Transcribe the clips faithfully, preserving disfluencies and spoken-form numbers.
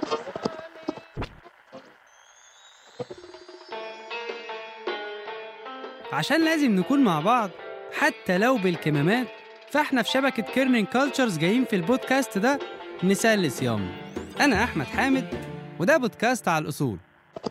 عشان لازم نكون مع بعض حتى لو بالكمامات، فاحنا في شبكة كيرنين كالتشرز جايين في البودكاست ده نسلي صيامنا. أنا أحمد حامد وده بودكاست على الأصول.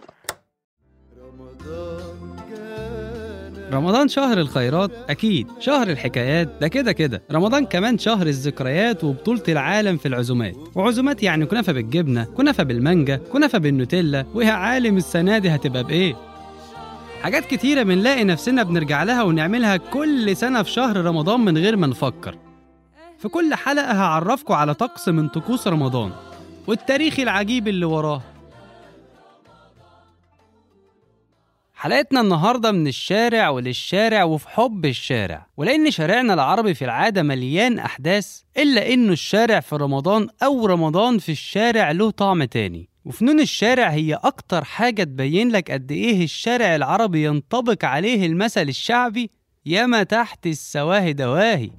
رمضان شهر الخيرات أكيد، شهر الحكايات ده كده كده. رمضان كمان شهر الذكريات وبطولة العالم في العزومات، وعزومات يعني كنافة بالجبنة، كنافة بالمانجا، كنافة بالنوتيلا، ويا عالم السنة دي هتبقى بإيه. حاجات كتيرة بنلاقي نفسنا بنرجع لها ونعملها كل سنة في شهر رمضان من غير ما نفكر. في كل حلقة هعرفكم على طقس من طقوس رمضان والتاريخ العجيب اللي وراه. حلقتنا النهاردة من الشارع وللشارع وفي حب الشارع، ولأن شارعنا العربي في العادة مليان أحداث، إلا إنه الشارع في رمضان أو رمضان في الشارع له طعم تاني. وفنون الشارع هي أكتر حاجة تبين لك قد إيه الشارع العربي ينطبق عليه المثل الشعبي ياما تحت السواهي دواهي.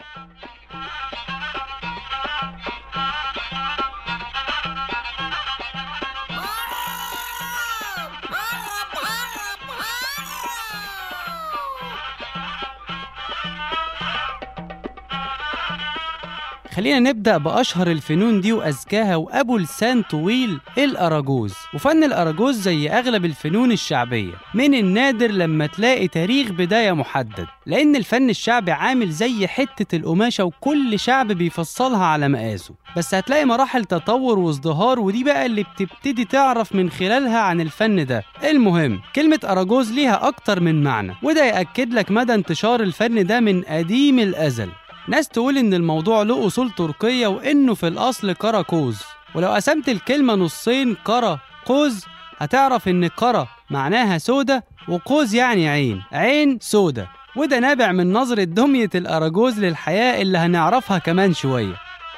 خلينا نبدأ بأشهر الفنون دي وأزكاها وأبو لسان طويل، الأراجوز. وفن الأراجوز زي أغلب الفنون الشعبية من النادر لما تلاقي تاريخ بداية محدد، لأن الفن الشعبي عامل زي حتة القماشة وكل شعب بيفصلها على مقاسه، بس هتلاقي مراحل تطور وازدهار، ودي بقى اللي بتبتدي تعرف من خلالها عن الفن ده. المهم كلمة أراجوز ليها أكتر من معنى، وده يأكد لك مدى انتشار الفن ده من قديم الأزل. ناس تقول إن الموضوع له أصول تركية وإنه في الأصل كراكوز، ولو قسمت الكلمة نصين كرا قوز هتعرف إن كرا معناها سودة وقوز يعني عين، عين سودة، وده نابع من نظرة دمية الأراجوز للحياة اللي هنعرفها كمان شوية.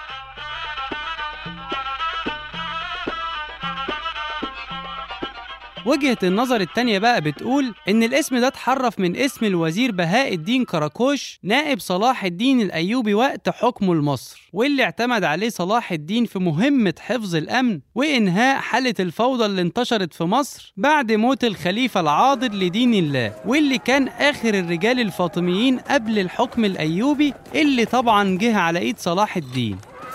وجهة النظر التانية بقى بتقول إن الاسم ده اتحرف من اسم الوزير بهاء الدين كراكوش نائب صلاح الدين الأيوبي وقت حكمه لمصر، واللي اعتمد عليه صلاح الدين في مهمة حفظ الأمن وإنهاء حالة الفوضى اللي انتشرت في مصر بعد موت الخليفة العاضد لدين الله، واللي كان آخر الرجال الفاطميين قبل الحكم الأيوبي اللي طبعا جه على إيد صلاح الدين.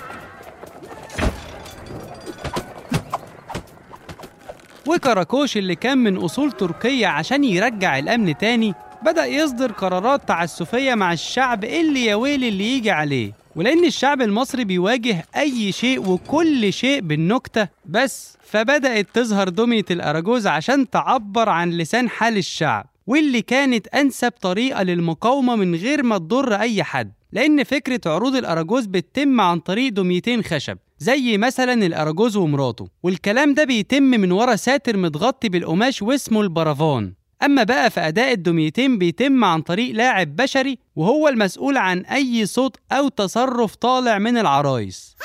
وكراكوش اللي كان من أصول تركية عشان يرجع الأمن تاني بدأ يصدر قرارات تعسفية مع الشعب اللي يا ويل اللي يجي عليه، ولأن الشعب المصري بيواجه أي شيء وكل شيء بالنكتة بس، فبدأت تظهر دمية الأراجوز عشان تعبر عن لسان حال الشعب، واللي كانت أنسب طريقة للمقاومة من غير ما تضر أي حد، لأن فكرة عروض الأراجوز بتتم عن طريق دميتين خشب زي مثلا الأراجوز ومراته، والكلام ده بيتم من ورا ساتر متغطي بالقماش واسمه البرافان. أما بقى في أداء الدميتين بيتم عن طريق لاعب بشري وهو المسؤول عن أي صوت أو تصرف طالع من العرايس.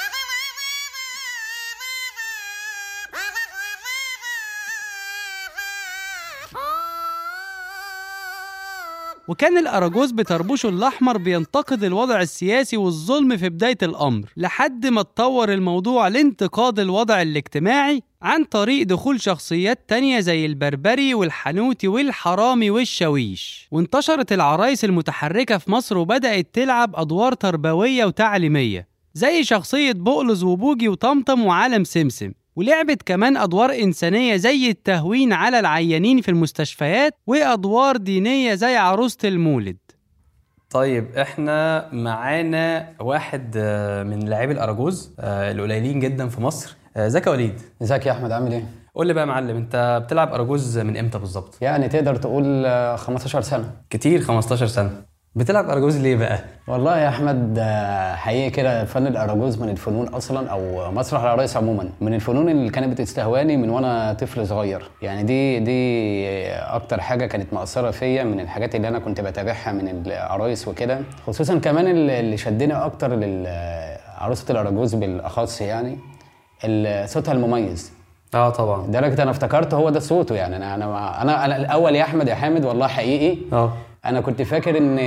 وكان الأراجوز بطربوشه الأحمر بينتقد الوضع السياسي والظلم في بداية الأمر، لحد ما اتطور الموضوع لانتقاد الوضع الاجتماعي عن طريق دخول شخصيات تانية زي البربري والحنوتي والحرامي والشاويش، وانتشرت العرايس المتحركة في مصر وبدأت تلعب أدوار تربوية وتعليمية زي شخصية بقلز وبوجي وطمطم وعالم سمسم، ولعبت كمان أدوار إنسانية زي التهوين على العيانين في المستشفيات وأدوار دينية زي عروسة المولد. طيب احنا معانا واحد من لاعبي الأراجوز القليلين جدا في مصر. ازيك يا وليد؟ ازيك يا احمد، عامل ايه؟ قول لي بقى يا معلم، انت بتلعب أراجوز من امتى بالظبط؟ يعني تقدر تقول خمستاشر سنة. كتير خمستاشر سنة. بتلعب أراجوز ليه بقى؟ والله يا احمد حقيقي كده فن الأراجوز من الفنون اصلا، او مسرح العرايس عموما من الفنون اللي كانت بتستهواني من وانا طفل صغير. يعني دي دي اكتر حاجه كانت مأثره فيا من الحاجات اللي انا كنت بتابعها من العرايس وكده، خصوصا كمان اللي شدني اكتر لعروسه الأراجوز بالاخص يعني صوتها المميز. اه طبعا، لدرجه انا افتكرت هو ده صوته. يعني انا انا انا, أنا الاول يا احمد يا حامد والله حقيقي اه انا كنت فاكر ان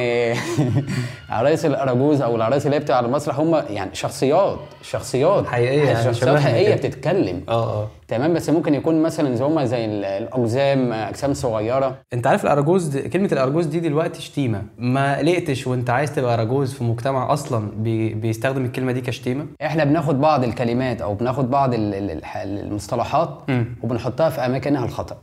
عرايس الاراجوز او العرايس اللي هي بتبقى على المسرح هم يعني شخصيات شخصيات حقيقيه يعني شخصيات حقيقيه بتتكلم. اه اه تمام، بس ممكن يكون مثلا زي هم زي الاقزام، اجسام صغيره. انت عارف الاراجوز دي، كلمه الاراجوز دي دلوقتي شتيمه، ما قلقتش وانت عايز تبقى اراجوز في مجتمع اصلا بي بيستخدم الكلمه دي كشتيمه؟ احنا بناخد بعض الكلمات او بناخد بعض المصطلحات م. وبنحطها في اماكنها الخطا.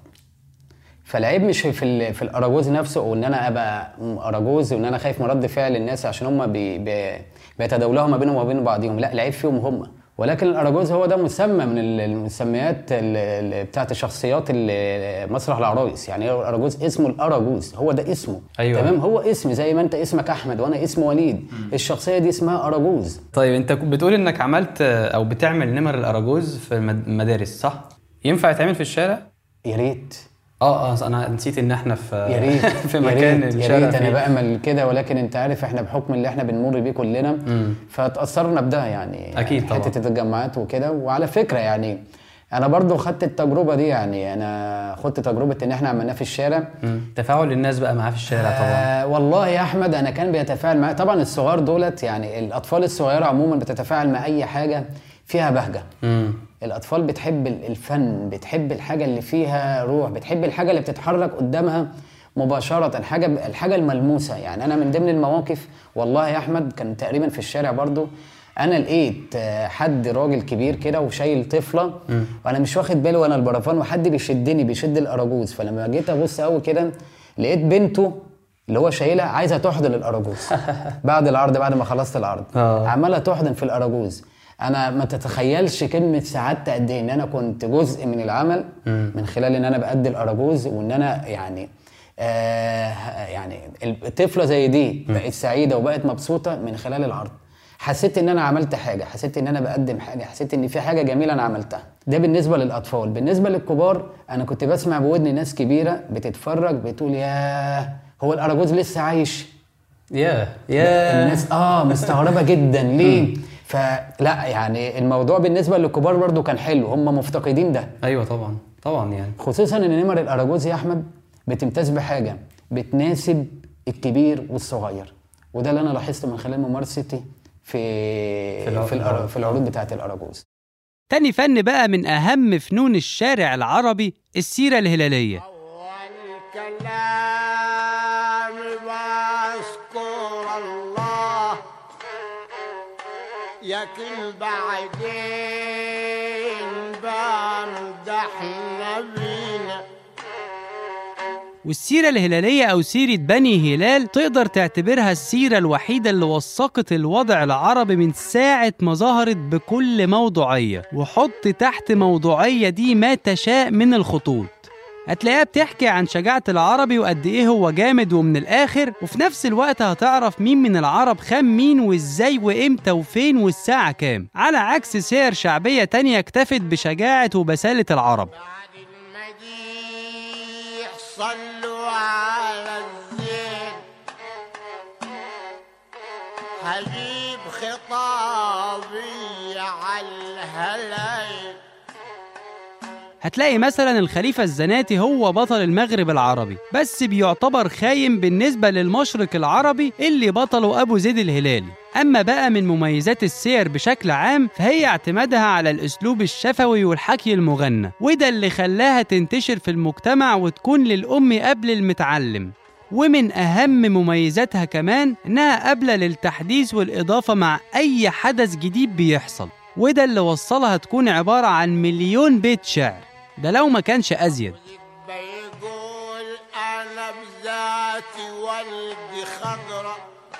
فالعيب مش في في الاراجوز نفسه، او ان انا ابقى اراجوز وان انا خايف من رد فعل الناس عشان هم بي بي بيتداولوها ما بينهم وما بين بعضهم. لا، العيب فيهم هم. ولكن الاراجوز هو ده مسمى من المسميات بتاعت الشخصيات مسرح العرايس. يعني الاراجوز اسمه الاراجوز، هو ده اسمه. أيوة. تمام، هو اسم زي ما انت اسمك احمد وانا اسمي وليد. م. الشخصيه دي اسمها اراجوز. طيب انت بتقول انك عملت او بتعمل نمر الاراجوز في المدارس، صح؟ ينفع يتعمل في الشارع؟ يا ريت. اه اه انا نسيت ان احنا في يا ريت في مكان الشارع. يا ريت انا بامل كده، ولكن انت عارف احنا بحكم اللي احنا بنمر بيه كلنا م. فتاثرنا بده يعني. اكيد طبعا. حته التجمعات وكده. وعلى فكره يعني انا برضو خدت التجربه دي، يعني انا خدت تجربه ان احنا عملناه في الشارع. م. تفاعل الناس بقى معاه في الشارع طبعا. آه والله يا احمد انا كان بيتفاعل معايا طبعا. الصغار دولت يعني الاطفال الصغيره عموما بتتفاعل مع اي حاجه فيها بهجه. م. الاطفال بتحب الفن، بتحب الحاجه اللي فيها روح، بتحب الحاجه اللي بتتحرك قدامها مباشره، الحاجه الحاجه الملموسه. يعني انا من ضمن المواقف والله يا احمد كان تقريبا في الشارع برضو، انا لقيت حد راجل كبير كده وشايل طفله م. وانا مش واخد بالي وانا البرفان، وحد بيشدني بيشد الاراجوز. فلما جيت ابص قوي كده لقيت بنته اللي هو شايلها عايزه تحضن الاراجوز بعد العرض، بعد ما خلصت العرض عماله تحضن في الاراجوز. انا ما تتخيلش كلمه سعادتي قد ايه ان انا كنت جزء من العمل م. من خلال ان انا بأدي الاراجوز، وان انا يعني آه يعني الطفله زي دي م. بقت سعيده وبقت مبسوطه من خلال العرض. حسيت ان انا عملت حاجه، حسيت ان انا بقدم حاجه، حسيت ان في حاجه جميله انا عملتها. ده بالنسبه للاطفال. بالنسبه للكبار انا كنت بسمع بودني ناس كبيره بتتفرج بتقول ياه هو الاراجوز لسه عايش. ياه ياه الناس اه مستغربه جدا ليه. فلا يعني الموضوع بالنسبه للكبار برضو كان حلو، هم مفتقدين ده. ايوه طبعا طبعا. يعني خصوصا ان نمر الاراجوز يا احمد بتمتاز بحاجه بتناسب الكبير والصغير، وده اللي انا لاحظته من خلال ممارستي في في, في, في العروض بتاعه الاراجوز. تاني فن بقى من اهم فنون الشارع العربي، السيره الهلاليه. اول كلام بذكر الله يكن بعدين بمدح نبينا. والسيرة الهلالية أو سيرة بني هلال تقدر تعتبرها السيرة الوحيدة اللي وثقت الوضع العربي من ساعة ما ظهرت بكل موضوعية، وحط تحت موضوعية دي ما تشاء من الخطوط. هتلاقيها بتحكي عن شجاعة العربي وقد ايه هو جامد ومن الآخر، وفي نفس الوقت هتعرف مين من العرب خان مين وازاي وامتى وفين والساعة كام، على عكس سير شعبية تانية اكتفت بشجاعة وبسالة العرب. صلوا على الزين حبيب خطابي على الهلايل. هتلاقي مثلا الخليفة الزناتي هو بطل المغرب العربي، بس بيعتبر خايم بالنسبة للمشرق العربي اللي بطله أبو زيد الهلالي. أما بقى من مميزات السير بشكل عام فهي اعتمادها على الأسلوب الشفوي والحكي المغنى، وده اللي خلاها تنتشر في المجتمع وتكون للأم قبل المتعلم. ومن أهم مميزاتها كمان إنها قابلة للتحديث والإضافة مع أي حدث جديد بيحصل، وده اللي وصلها تكون عبارة عن مليون بيت شعر، ده لو ما كانش أزيد. بيقول أنا بذاتي والدي خضرة،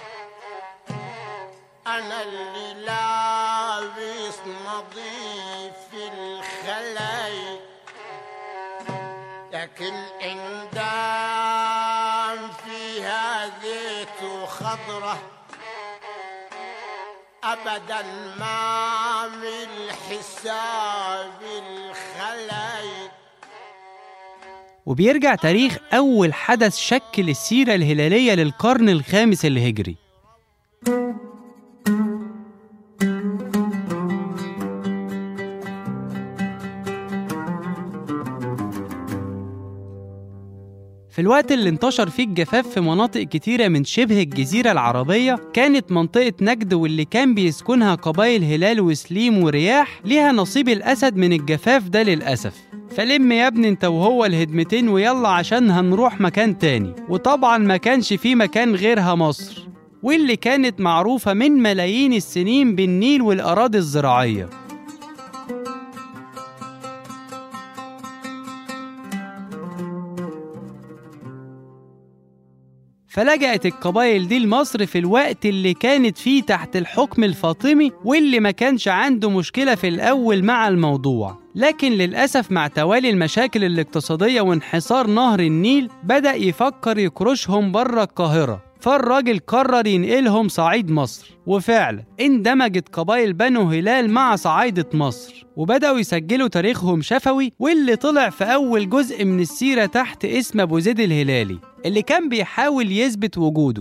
أنا اللي لابس نظيف الخلايق، لكن إندام فيها زيت وخضرة أبداً ما عمل حساب الخلايق. وبيرجع تاريخ أول حدث شكل السيرة الهلالية للقرن الخامس الهجري. في الوقت اللي انتشر فيه الجفاف في مناطق كتيرة من شبه الجزيرة العربية، كانت منطقة نجد واللي كان بيسكنها قبائل هلال وسليم ورياح ليها نصيب الأسد من الجفاف ده للأسف. فلم يا ابني انت وهو الهدمتين ويلا عشان هنروح مكان تاني. وطبعا ما كانش فيه مكان غيرها مصر، واللي كانت معروفة من ملايين السنين بالنيل والأراضي الزراعية. فلجأت القبائل دي لمصر في الوقت اللي كانت فيه تحت الحكم الفاطمي، واللي ما كانش عنده مشكلة في الأول مع الموضوع، لكن للأسف مع توالي المشاكل الاقتصادية وانحسار نهر النيل بدأ يفكر يكرشهم بره القاهرة. فالراجل قرر ينقلهم صعيد مصر، وفعلا اندمجت قبائل بنو هلال مع صعايدة مصر، وبدأوا يسجلوا تاريخهم شفوي، واللي طلع في أول جزء من السيرة تحت اسم أبو زيد الهلالي اللي كان بيحاول يثبت وجوده.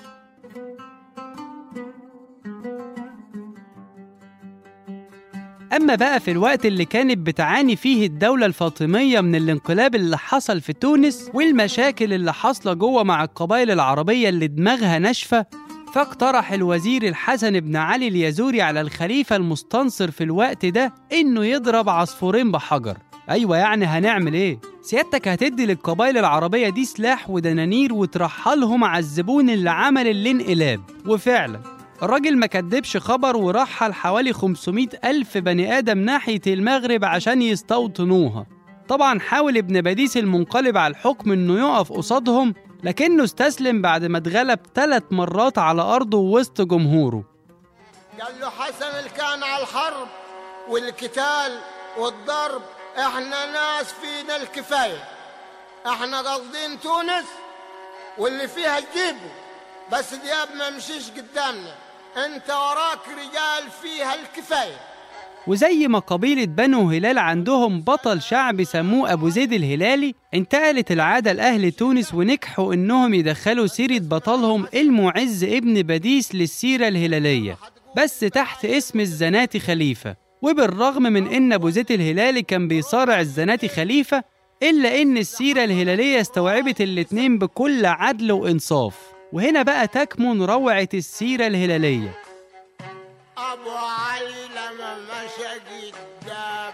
أما بقى في الوقت اللي كانت بتعاني فيه الدولة الفاطمية من الانقلاب اللي حصل في تونس والمشاكل اللي حاصلة جوه مع القبائل العربية اللي دماغها ناشفة، فاقترح الوزير الحسن بن علي اليزوري على الخليفة المستنصر في الوقت ده إنه يضرب عصفورين بحجر. أيوة يعني هنعمل إيه؟ سيادتك هتدي للقبائل العربية دي سلاح ودنانير وترحلهم على الزبون اللي عمل الانقلاب. وفعلا الراجل ما كدبش خبر ورحل حوالي خمسمائة ألف بني آدم ناحية المغرب عشان يستوطنوها. طبعا حاول ابن باديس المنقلب على الحكم إنه يقف قصادهم، لكنه استسلم بعد ما اتغلب ثلاث مرات على أرضه وسط جمهوره. قال له حسن اللي كان على الحرب والقتال والضرب، احنا ناس فينا الكفاية، احنا قاصدين تونس واللي فيها تجيبه، بس دياب ما مشيش قدامنا، انت وراك رجال فيها الكفاية. وزي ما قبيلة بنو هلال عندهم بطل شعبي سموه أبو زيد الهلالي، انتقلت العادة لأهل تونس ونجحوا إنهم يدخلوا سيرة بطلهم المعز ابن باديس للسيرة الهلالية، بس تحت اسم الزناتي خليفة. وبالرغم من إن أبو زيد الهلالي كان بيصارع الزناتي خليفة، إلا إن السيرة الهلالية استوعبت الاتنين بكل عدل وإنصاف. وهنا بقى تكمن روعة السيرة الهلالية. أبو علي لما مشى قدام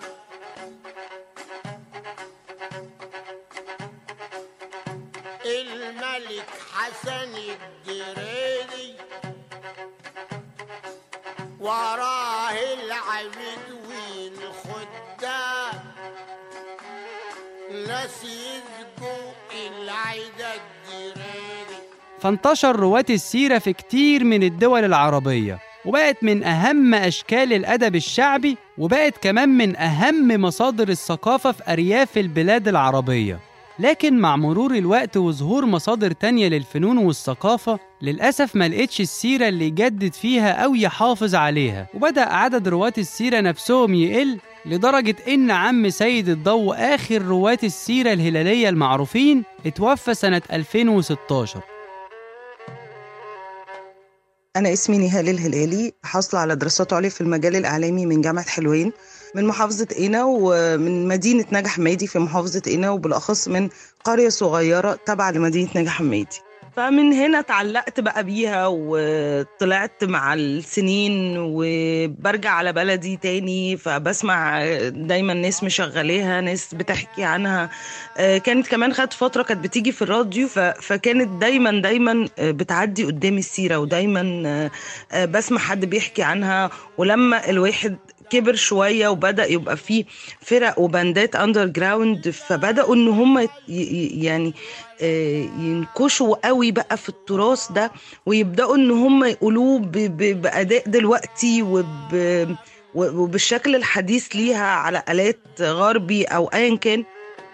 الملك حسن الدريدي، وراه العبد والخدام، ناس يزقوا العيد الدريدي. فانتشر رواة السيرة في كتير من الدول العربية، وبقت من أهم أشكال الأدب الشعبي، وبقت كمان من أهم مصادر الثقافة في أرياف البلاد العربية. لكن مع مرور الوقت وظهور مصادر تانية للفنون والثقافة، للأسف ما لقيتش السيرة اللي يجدد فيها أو يحافظ عليها، وبدأ عدد رواة السيرة نفسهم يقل، لدرجة إن عم سيد الضو آخر رواة السيرة الهلالية المعروفين اتوفى سنة ألفين وستاشر. أنا اسمي نهال الهلالي، حاصلة على دراسات عليا في المجال الإعلامي من جامعة حلوان، من محافظة قنا ومن مدينة نجع حمادي في محافظة قنا، وبالأخص من قرية صغيرة تابعة لمدينة نجع حمادي. فمن هنا اتعلقت بقى بيها وطلعت مع السنين وبرجع على بلدي تاني، فبسمع دايما ناس مشغليها، ناس بتحكي عنها. كانت كمان خدت فترة كانت بتيجي في الراديو، فكانت دايما دايما بتعدي قدامي السيرة، ودايما بسمع حد بيحكي عنها. ولما الواحد كبر شوية وبدأ يبقى فيه فرق وباندات أندر جراوند، فبدأوا إن هم يعني ينكشوا قوي بقى في التراث ده، ويبدأوا إن هم يقولوه بأداء دلوقتي وبالشكل الحديث ليها على آلات غربي أو أيا كان.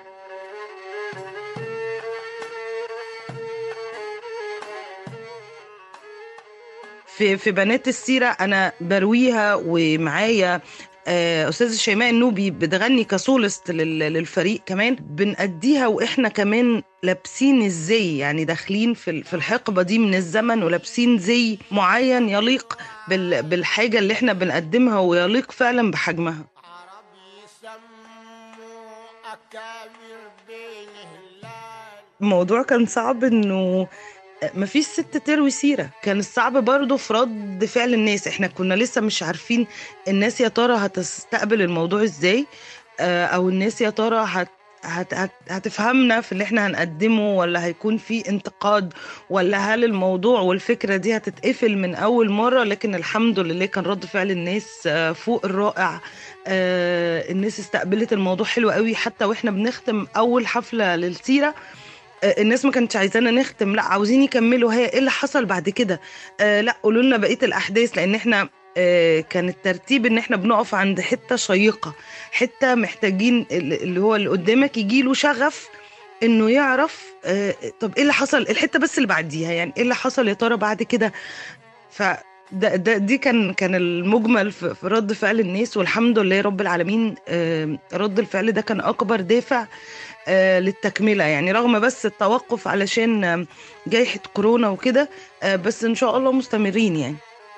في في بنات السيرة أنا برويها، ومعايا أستاذ شيماء النوبي بتغني كسولست للفريق، كمان بنأديها وإحنا كمان لابسين الزي، يعني داخلين في في الحقبة دي من الزمن ولابسين زي معين يليق بالحاجة اللي إحنا بنقدمها ويليق فعلا بحجمها. عربي يسموا أكابر بين هلال، الموضوع كان صعب انه مفيش ست تروي سيرة. كان الصعب برضو في رد فعل الناس. احنا كنا لسه مش عارفين الناس يا ترى هتستقبل الموضوع ازاي، او الناس يا ترى هت هت هت هتفهمنا في اللي احنا هنقدمه، ولا هيكون في انتقاد، ولا هل الموضوع والفكرة دي هتتقفل من أول مرة. لكن الحمد لله كان رد فعل الناس فوق الرائع. الناس استقبلت الموضوع حلو قوي. حتى واحنا بنختم أول حفلة للسيرة الناس ما كانتش عايزانا نختم، لا عاوزين يكملوا. هي ايه اللي حصل بعد كده؟ لا قولوا لنا بقية الأحداث، لأن احنا كان الترتيب ان احنا بنقف عند حتة شيقة، حتة محتاجين اللي هو اللي قدامك يجيله شغف انه يعرف طب ايه اللي حصل الحتة بس اللي بعديها، يعني ايه اللي حصل يا ترى بعد كده. ف ده ده دي كان كان المجمل في رد فعل الناس، والحمد لله رب العالمين رد الفعل ده كان اكبر دافع للتكملة. يعني رغم بس التوقف علشان جائحة كورونا وكده، بس ان شاء الله مستمرين يعني.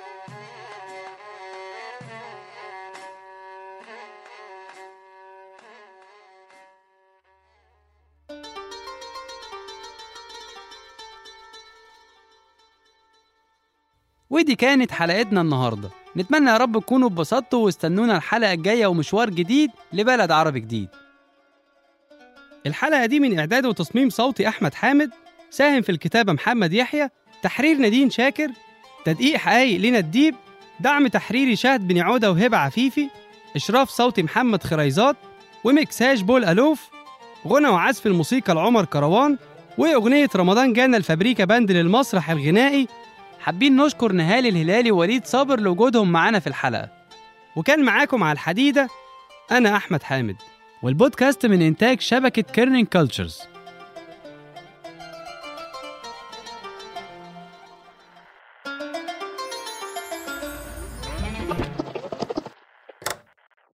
ودي كانت حلقتنا النهاردة. نتمنى يا رب تكونوا اتبسطتوا، واستنونا الحلقة الجاية ومشوار جديد لبلد عربي جديد. الحلقة دي من إعداد وتصميم صوتي أحمد حامد، ساهم في الكتابة محمد يحيى، تحرير نادين شاكر، تدقيق حقايق لينا الديب، دعم تحريري شهد بن عودة وهبة عفيفي، إشراف صوتي محمد خريزات، ومكساج بول ألوف، غنى وعزف الموسيقى العمر كروان، وأغنية رمضان جانا الفابريكا باند للمسرح الغنائي. حابين نشكر نهال الهلالي ووليد صابر لوجودهم معانا في الحلقة. وكان معاكم على الحديدة أنا أحمد حامد، والبودكاست من إنتاج شبكة كيرنينج كولتشرز.